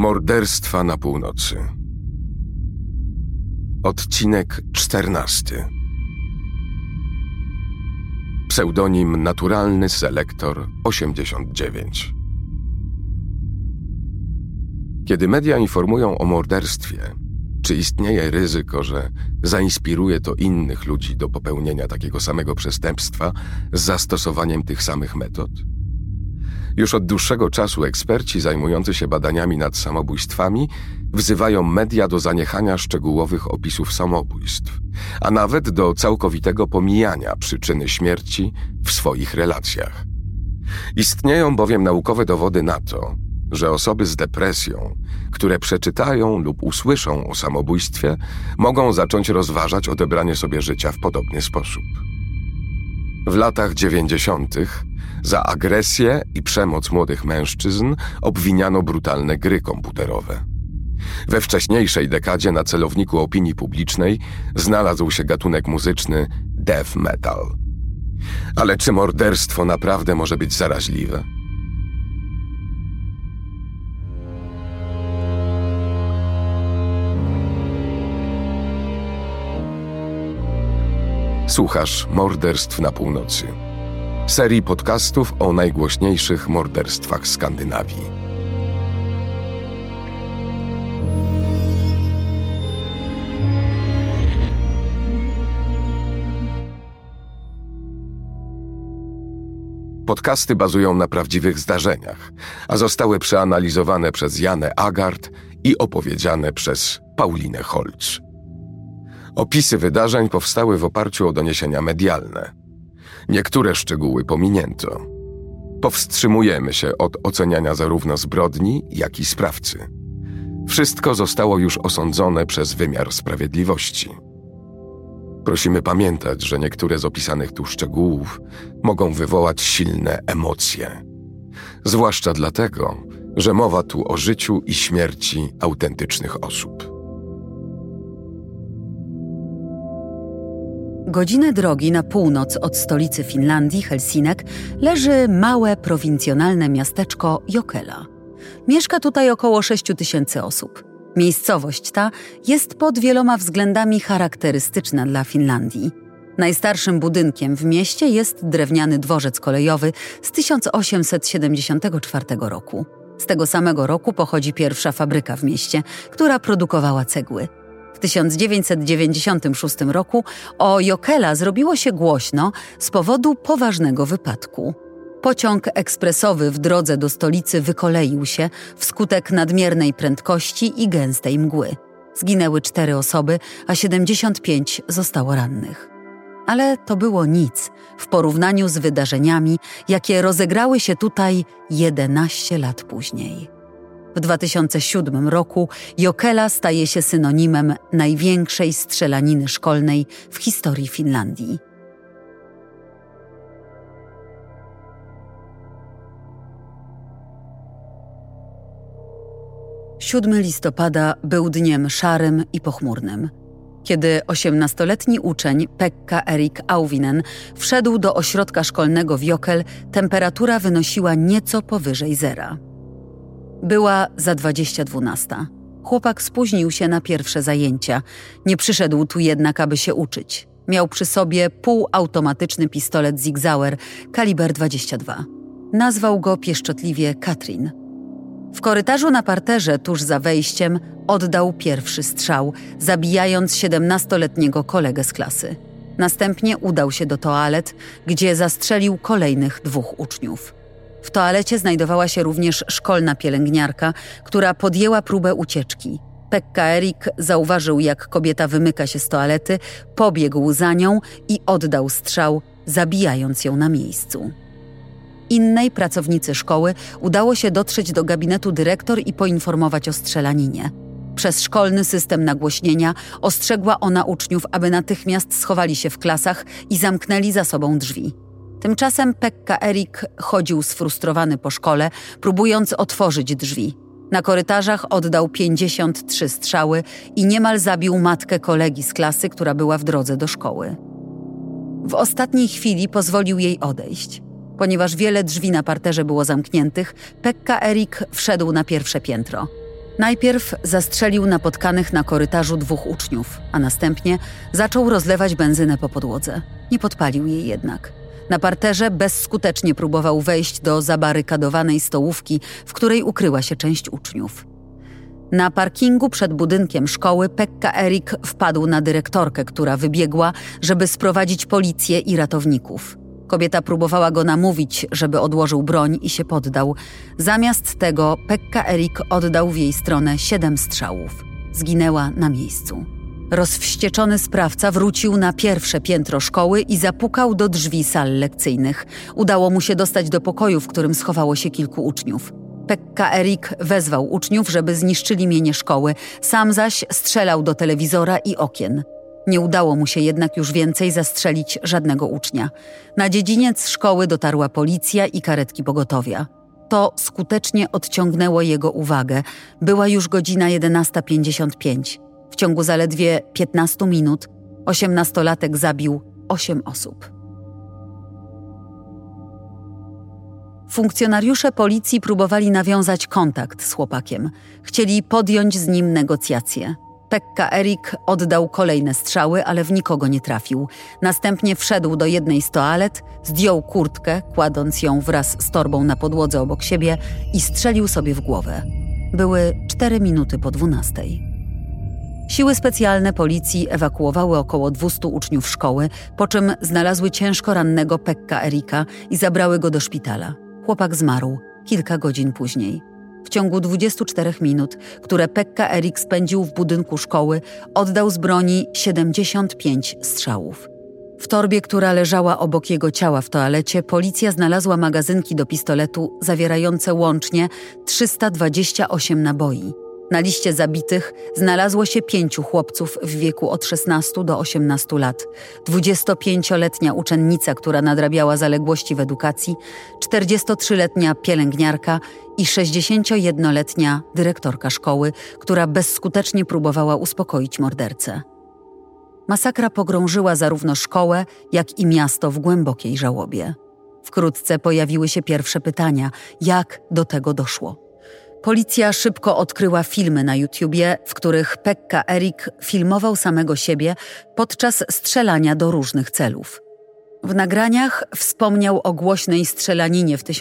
Morderstwa na północy. Odcinek 14. Pseudonim Naturalny Selektor 89. Kiedy media informują o morderstwie, czy istnieje ryzyko, że zainspiruje to innych ludzi do popełnienia takiego samego przestępstwa z zastosowaniem tych samych metod? Już od dłuższego czasu eksperci zajmujący się badaniami nad samobójstwami wzywają media do zaniechania szczegółowych opisów samobójstw, a nawet do całkowitego pomijania przyczyny śmierci w swoich relacjach. Istnieją bowiem naukowe dowody na to, że osoby z depresją, które przeczytają lub usłyszą o samobójstwie, mogą zacząć rozważać odebranie sobie życia w podobny sposób. W latach 90. za agresję i przemoc młodych mężczyzn obwiniano brutalne gry komputerowe. We wcześniejszej dekadzie na celowniku opinii publicznej znalazł się gatunek muzyczny death metal. Ale czy morderstwo naprawdę może być zaraźliwe? Słuchasz Morderstw na północy, serii podcastów o najgłośniejszych morderstwach Skandynawii. Podcasty bazują na prawdziwych zdarzeniach, a zostały przeanalizowane przez Janę Agard i opowiedziane przez Paulinę Holz. Opisy wydarzeń powstały w oparciu o doniesienia medialne. Niektóre szczegóły pominięto. Powstrzymujemy się od oceniania zarówno zbrodni, jak i sprawcy. Wszystko zostało już osądzone przez wymiar sprawiedliwości. Prosimy pamiętać, że niektóre z opisanych tu szczegółów mogą wywołać silne emocje. Zwłaszcza dlatego, że mowa tu o życiu i śmierci autentycznych osób. Godzinę drogi na północ od stolicy Finlandii, Helsinek, leży małe, prowincjonalne miasteczko Jokela. Mieszka tutaj około 6 000 osób. Miejscowość ta jest pod wieloma względami charakterystyczna dla Finlandii. Najstarszym budynkiem w mieście jest drewniany dworzec kolejowy z 1874 roku. Z tego samego roku pochodzi pierwsza fabryka w mieście, która produkowała cegły. W 1996 roku o Jokela zrobiło się głośno z powodu poważnego wypadku. Pociąg ekspresowy w drodze do stolicy wykoleił się wskutek nadmiernej prędkości i gęstej mgły. Zginęły 4 osoby, a 75 zostało rannych. Ale to było nic w porównaniu z wydarzeniami, jakie rozegrały się tutaj 11 lat później. W 2007 roku Jokela staje się synonimem największej strzelaniny szkolnej w historii Finlandii. Siódmy listopada był dniem szarym i pochmurnym. Kiedy 18-letni uczeń Pekka Erik Auvinen wszedł do ośrodka szkolnego w Jokel, temperatura wynosiła nieco powyżej zera. Była za 20:12. Chłopak spóźnił się na pierwsze zajęcia. Nie przyszedł tu jednak, aby się uczyć. Miał przy sobie półautomatyczny pistolet Sig Sauer kaliber 22. Nazwał go pieszczotliwie Katrin. W korytarzu na parterze tuż za wejściem oddał pierwszy strzał, zabijając 17-letniego kolegę z klasy. Następnie udał się do toalet, gdzie zastrzelił kolejnych 2 uczniów. W toalecie znajdowała się również szkolna pielęgniarka, która podjęła próbę ucieczki. Pekka Erik zauważył, jak kobieta wymyka się z toalety, pobiegł za nią i oddał strzał, zabijając ją na miejscu. Innej pracownicy szkoły udało się dotrzeć do gabinetu dyrektor i poinformować o strzelaninie. Przez szkolny system nagłośnienia ostrzegła ona uczniów, aby natychmiast schowali się w klasach i zamknęli za sobą drzwi. Tymczasem Pekka Erik chodził sfrustrowany po szkole, próbując otworzyć drzwi. Na korytarzach oddał 53 strzały i niemal zabił matkę kolegi z klasy, która była w drodze do szkoły. W ostatniej chwili pozwolił jej odejść. Ponieważ wiele drzwi na parterze było zamkniętych, Pekka Erik wszedł na pierwsze piętro. Najpierw zastrzelił napotkanych na korytarzu 2 uczniów, a następnie zaczął rozlewać benzynę po podłodze. Nie podpalił jej jednak. Na parterze bezskutecznie próbował wejść do zabarykadowanej stołówki, w której ukryła się część uczniów. Na parkingu przed budynkiem szkoły Pekka Erik wpadł na dyrektorkę, która wybiegła, żeby sprowadzić policję i ratowników. Kobieta próbowała go namówić, żeby odłożył broń i się poddał. Zamiast tego Pekka Erik oddał w jej stronę 7 strzałów. Zginęła na miejscu. Rozwścieczony sprawca wrócił na pierwsze piętro szkoły i zapukał do drzwi sal lekcyjnych. Udało mu się dostać do pokoju, w którym schowało się kilku uczniów. Pekka Erik wezwał uczniów, żeby zniszczyli mienie szkoły, sam zaś strzelał do telewizora i okien. Nie udało mu się jednak już więcej zastrzelić żadnego ucznia. Na dziedziniec szkoły dotarła policja i karetki pogotowia. To skutecznie odciągnęło jego uwagę. Była już godzina 11:55. W ciągu zaledwie 15 minut 18-latek zabił 8 osób. Funkcjonariusze policji próbowali nawiązać kontakt z chłopakiem. Chcieli podjąć z nim negocjacje. Pekka Erik oddał kolejne strzały, ale w nikogo nie trafił. Następnie wszedł do jednej z toalet, zdjął kurtkę, kładąc ją wraz z torbą na podłodze obok siebie i strzelił sobie w głowę. Były 4 minuty po 12. Siły specjalne policji ewakuowały około 200 uczniów szkoły, po czym znalazły ciężko rannego Pekka Erika i zabrały go do szpitala. Chłopak zmarł kilka godzin później. W ciągu 24 minut, które Pekka Erik spędził w budynku szkoły, oddał z broni 75 strzałów. W torbie, która leżała obok jego ciała w toalecie, policja znalazła magazynki do pistoletu zawierające łącznie 328 naboi. Na liście zabitych znalazło się 5 chłopców w wieku od 16 do 18 lat, 25-letnia uczennica, która nadrabiała zaległości w edukacji, 43-letnia pielęgniarka i 61-letnia dyrektorka szkoły, która bezskutecznie próbowała uspokoić mordercę. Masakra pogrążyła zarówno szkołę, jak i miasto w głębokiej żałobie. Wkrótce pojawiły się pierwsze pytania, jak do tego doszło. Policja szybko odkryła filmy na YouTubie, w których Pekka Erik filmował samego siebie podczas strzelania do różnych celów. W nagraniach wspomniał o głośnej strzelaninie w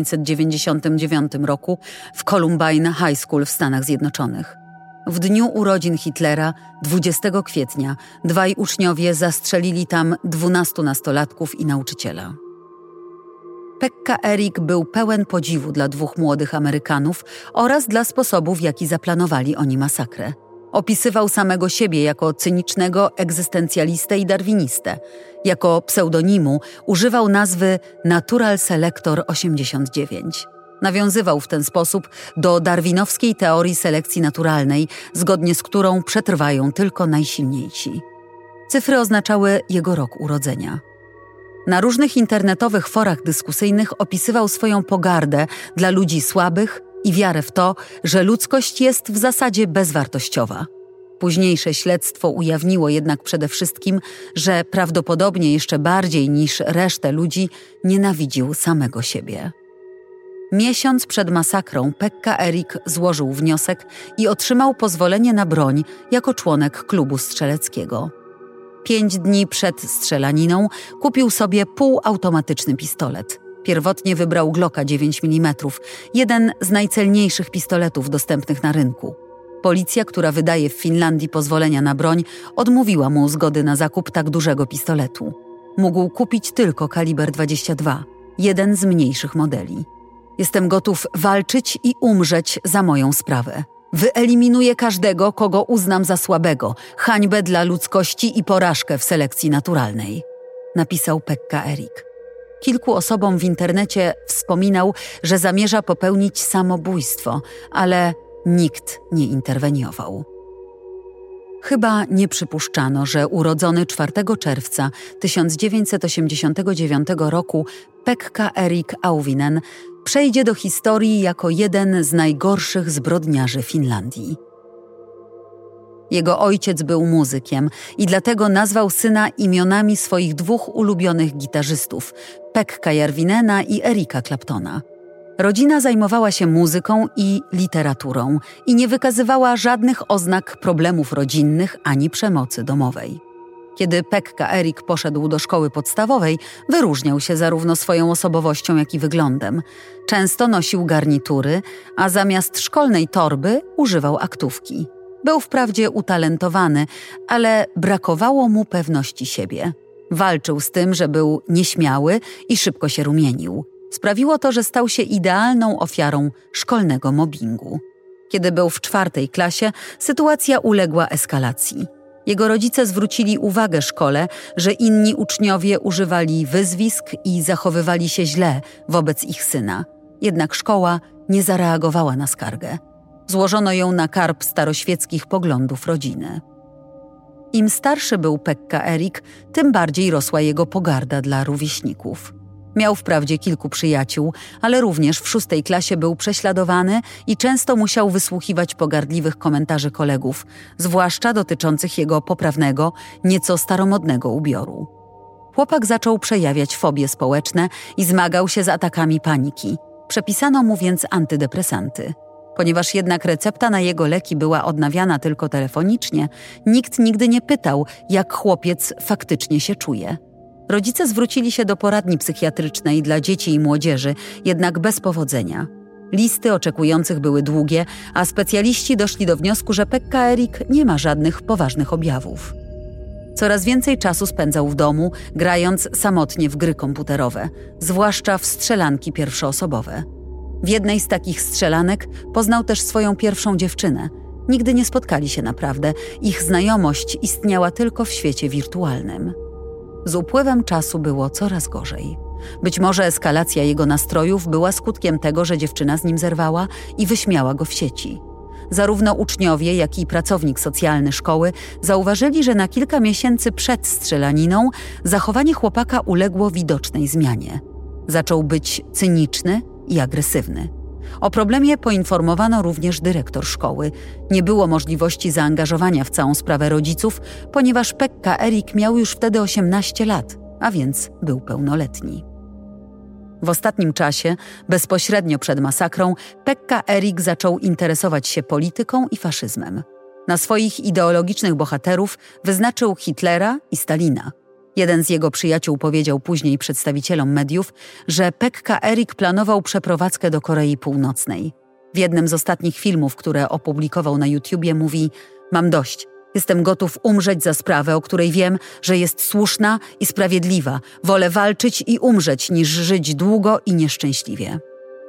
1999 roku w Columbine High School w Stanach Zjednoczonych. W dniu urodzin Hitlera, 20 kwietnia, 2 uczniowie zastrzelili tam 12 nastolatków i nauczyciela. Pekka Erik był pełen podziwu dla 2 młodych Amerykanów oraz dla sposobu, w jaki zaplanowali oni masakrę. Opisywał samego siebie jako cynicznego egzystencjalistę i darwinistę. Jako pseudonimu używał nazwy Natural Selector 89. Nawiązywał w ten sposób do darwinowskiej teorii selekcji naturalnej, zgodnie z którą przetrwają tylko najsilniejsi. Cyfry oznaczały jego rok urodzenia. Na różnych internetowych forach dyskusyjnych opisywał swoją pogardę dla ludzi słabych i wiarę w to, że ludzkość jest w zasadzie bezwartościowa. Późniejsze śledztwo ujawniło jednak przede wszystkim, że prawdopodobnie jeszcze bardziej niż resztę ludzi nienawidził samego siebie. Miesiąc przed masakrą Pekka Erik złożył wniosek i otrzymał pozwolenie na broń jako członek klubu strzeleckiego. 5 dni przed strzelaniną kupił sobie półautomatyczny pistolet. Pierwotnie wybrał Glocka 9 mm, jeden z najcelniejszych pistoletów dostępnych na rynku. Policja, która wydaje w Finlandii pozwolenia na broń, odmówiła mu zgody na zakup tak dużego pistoletu. Mógł kupić tylko kaliber 22, jeden z mniejszych modeli. Jestem gotów walczyć i umrzeć za moją sprawę. Wyeliminuję każdego, kogo uznam za słabego, hańbę dla ludzkości i porażkę w selekcji naturalnej, napisał Pekka Erik. Kilku osobom w internecie wspominał, że zamierza popełnić samobójstwo, ale nikt nie interweniował. Chyba nie przypuszczano, że urodzony 4 czerwca 1989 roku Pekka Erik Auvinen przejdzie do historii jako jeden z najgorszych zbrodniarzy Finlandii. Jego ojciec był muzykiem i dlatego nazwał syna imionami swoich 2 ulubionych gitarzystów, Pekka Järvinena i Erika Claptona. Rodzina zajmowała się muzyką i literaturą i nie wykazywała żadnych oznak problemów rodzinnych ani przemocy domowej. Kiedy Pekka Erik poszedł do szkoły podstawowej, wyróżniał się zarówno swoją osobowością, jak i wyglądem. Często nosił garnitury, a zamiast szkolnej torby używał aktówki. Był wprawdzie utalentowany, ale brakowało mu pewności siebie. Walczył z tym, że był nieśmiały i szybko się rumienił. Sprawiło to, że stał się idealną ofiarą szkolnego mobbingu. Kiedy był w 4. klasie, sytuacja uległa eskalacji. Jego rodzice zwrócili uwagę szkole, że inni uczniowie używali wyzwisk i zachowywali się źle wobec ich syna. Jednak szkoła nie zareagowała na skargę. Złożono ją na karb staroświeckich poglądów rodziny. Im starszy był Pekka Erik, tym bardziej rosła jego pogarda dla rówieśników. Miał wprawdzie kilku przyjaciół, ale również w 6. klasie był prześladowany i często musiał wysłuchiwać pogardliwych komentarzy kolegów, zwłaszcza dotyczących jego poprawnego, nieco staromodnego ubioru. Chłopak zaczął przejawiać fobie społeczne i zmagał się z atakami paniki. Przepisano mu więc antydepresanty. Ponieważ jednak recepta na jego leki była odnawiana tylko telefonicznie, nikt nigdy nie pytał, jak chłopiec faktycznie się czuje. Rodzice zwrócili się do poradni psychiatrycznej dla dzieci i młodzieży, jednak bez powodzenia. Listy oczekujących były długie, a specjaliści doszli do wniosku, że Pekka Erik nie ma żadnych poważnych objawów. Coraz więcej czasu spędzał w domu, grając samotnie w gry komputerowe, zwłaszcza w strzelanki pierwszoosobowe. W jednej z takich strzelanek poznał też swoją pierwszą dziewczynę. Nigdy nie spotkali się naprawdę, ich znajomość istniała tylko w świecie wirtualnym. Z upływem czasu było coraz gorzej. Być może eskalacja jego nastrojów była skutkiem tego, że dziewczyna z nim zerwała i wyśmiała go w sieci. Zarówno uczniowie, jak i pracownik socjalny szkoły zauważyli, że na kilka miesięcy przed strzelaniną zachowanie chłopaka uległo widocznej zmianie. Zaczął być cyniczny i agresywny. O problemie poinformowano również dyrektor szkoły. Nie było możliwości zaangażowania w całą sprawę rodziców, ponieważ Pekka Erik miał już wtedy 18 lat, a więc był pełnoletni. W ostatnim czasie, bezpośrednio przed masakrą, Pekka Erik zaczął interesować się polityką i faszyzmem. Na swoich ideologicznych bohaterów wyznaczył Hitlera i Stalina. Jeden z jego przyjaciół powiedział później przedstawicielom mediów, że Pekka Erik planował przeprowadzkę do Korei Północnej. W jednym z ostatnich filmów, które opublikował na YouTubie, mówi: „Mam dość. Jestem gotów umrzeć za sprawę, o której wiem, że jest słuszna i sprawiedliwa. Wolę walczyć i umrzeć, niż żyć długo i nieszczęśliwie”.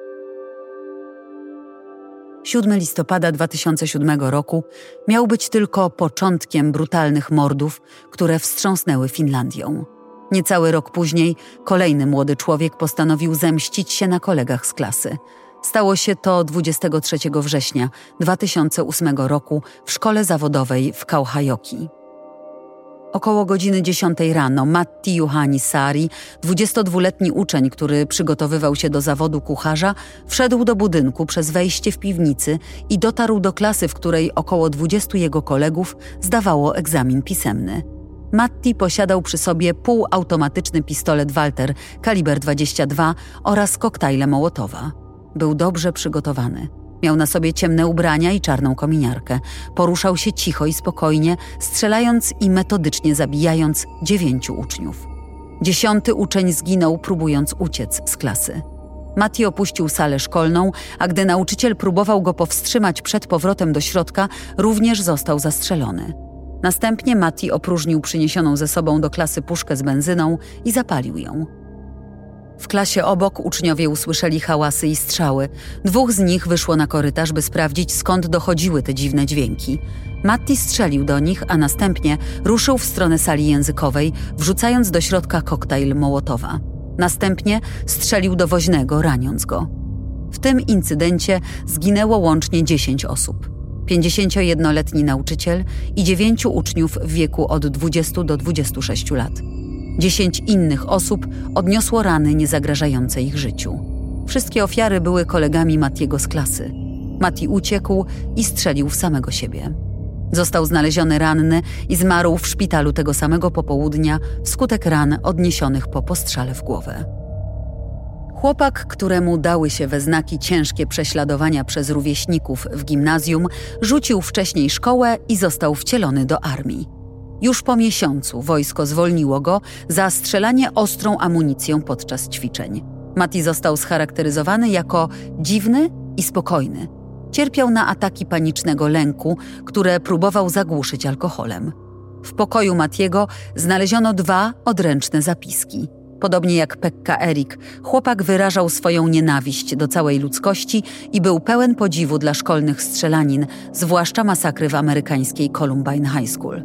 7 listopada 2007 roku miał być tylko początkiem brutalnych mordów, które wstrząsnęły Finlandią. Niecały rok później kolejny młody człowiek postanowił zemścić się na kolegach z klasy. Stało się to 23 września 2008 roku w szkole zawodowej w Kauhajoki. Około godziny 10 rano Matti Juhani Saari, 22-letni uczeń, który przygotowywał się do zawodu kucharza, wszedł do budynku przez wejście w piwnicy i dotarł do klasy, w której około 20 jego kolegów zdawało egzamin pisemny. Matti posiadał przy sobie półautomatyczny pistolet Walter kaliber 22 oraz koktajle Mołotowa. Był dobrze przygotowany. Miał na sobie ciemne ubrania i czarną kominiarkę. Poruszał się cicho i spokojnie, strzelając i metodycznie zabijając 9 uczniów. 10. uczeń zginął, próbując uciec z klasy. Matti opuścił salę szkolną, a gdy nauczyciel próbował go powstrzymać przed powrotem do środka, również został zastrzelony. Następnie Matti opróżnił przyniesioną ze sobą do klasy puszkę z benzyną i zapalił ją. W klasie obok uczniowie usłyszeli hałasy i strzały. 2 z nich wyszło na korytarz, by sprawdzić, skąd dochodziły te dziwne dźwięki. Matti strzelił do nich, a następnie ruszył w stronę sali językowej, wrzucając do środka koktajl Mołotowa. Następnie strzelił do woźnego, raniąc go. W tym incydencie zginęło łącznie 10 osób. 51-letni nauczyciel i 9 uczniów w wieku od 20 do 26 lat. 10 innych osób odniosło rany niezagrażające ich życiu. Wszystkie ofiary były kolegami Mattiego z klasy. Matti uciekł i strzelił w samego siebie. Został znaleziony ranny i zmarł w szpitalu tego samego popołudnia wskutek ran odniesionych po postrzale w głowę. Chłopak, któremu dały się we znaki ciężkie prześladowania przez rówieśników w gimnazjum, rzucił wcześniej szkołę i został wcielony do armii. Już po miesiącu wojsko zwolniło go za strzelanie ostrą amunicją podczas ćwiczeń. Mati został scharakteryzowany jako dziwny i spokojny. Cierpiał na ataki panicznego lęku, które próbował zagłuszyć alkoholem. W pokoju Matiego znaleziono 2 odręczne zapiski. Podobnie jak Pekka Erik, chłopak wyrażał swoją nienawiść do całej ludzkości i był pełen podziwu dla szkolnych strzelanin, zwłaszcza masakry w amerykańskiej Columbine High School.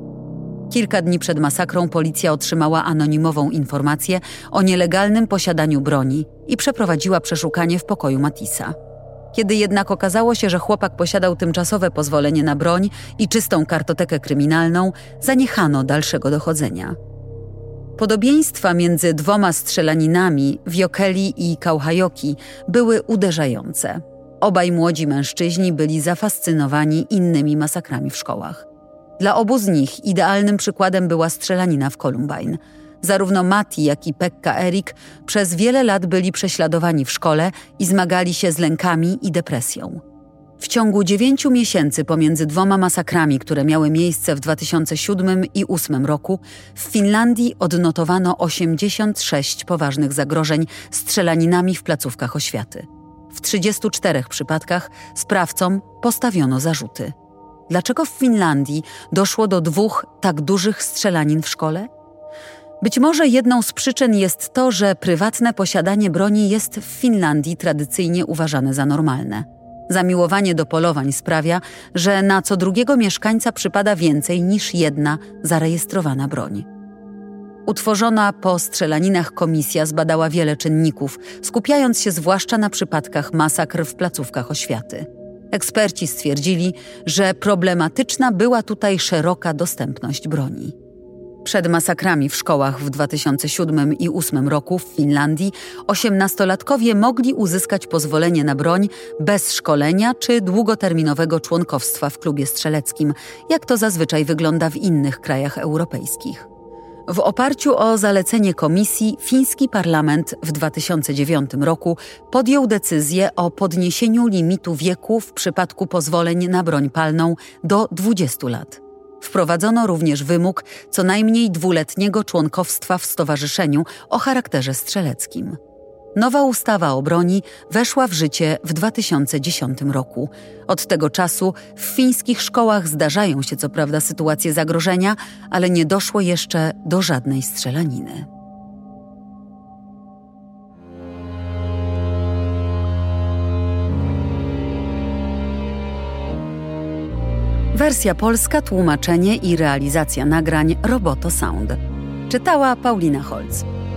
Kilka dni przed masakrą policja otrzymała anonimową informację o nielegalnym posiadaniu broni i przeprowadziła przeszukanie w pokoju Matisa. Kiedy jednak okazało się, że chłopak posiadał tymczasowe pozwolenie na broń i czystą kartotekę kryminalną, zaniechano dalszego dochodzenia. Podobieństwa między 2 strzelaninami, Wiokeli i Kauhajoki, były uderzające. Obaj młodzi mężczyźni byli zafascynowani innymi masakrami w szkołach. Dla obu z nich idealnym przykładem była strzelanina w Columbine. Zarówno Mati, jak i Pekka Erik przez wiele lat byli prześladowani w szkole i zmagali się z lękami i depresją. W ciągu 9 miesięcy pomiędzy 2 masakrami, które miały miejsce w 2007 i 2008 roku, w Finlandii odnotowano 86 poważnych zagrożeń strzelaninami w placówkach oświaty. W 34 przypadkach sprawcom postawiono zarzuty. Dlaczego w Finlandii doszło do 2 tak dużych strzelanin w szkole? Być może jedną z przyczyn jest to, że prywatne posiadanie broni jest w Finlandii tradycyjnie uważane za normalne. Zamiłowanie do polowań sprawia, że na co drugiego mieszkańca przypada więcej niż 1 zarejestrowana broń. Utworzona po strzelaninach komisja zbadała wiele czynników, skupiając się zwłaszcza na przypadkach masakr w placówkach oświaty. Eksperci stwierdzili, że problematyczna była tutaj szeroka dostępność broni. Przed masakrami w szkołach w 2007 i 2008 roku w Finlandii 18-latkowie mogli uzyskać pozwolenie na broń bez szkolenia czy długoterminowego członkostwa w klubie strzeleckim, jak to zazwyczaj wygląda w innych krajach europejskich. W oparciu o zalecenie komisji, fiński parlament w 2009 roku podjął decyzję o podniesieniu limitu wieku w przypadku pozwoleń na broń palną do 20 lat. Wprowadzono również wymóg co najmniej 2-letniego członkostwa w stowarzyszeniu o charakterze strzeleckim. Nowa ustawa o broni weszła w życie w 2010 roku. Od tego czasu w fińskich szkołach zdarzają się co prawda sytuacje zagrożenia, ale nie doszło jeszcze do żadnej strzelaniny. Wersja polska, tłumaczenie i realizacja nagrań Roboto Sound. Czytała Paulina Holz.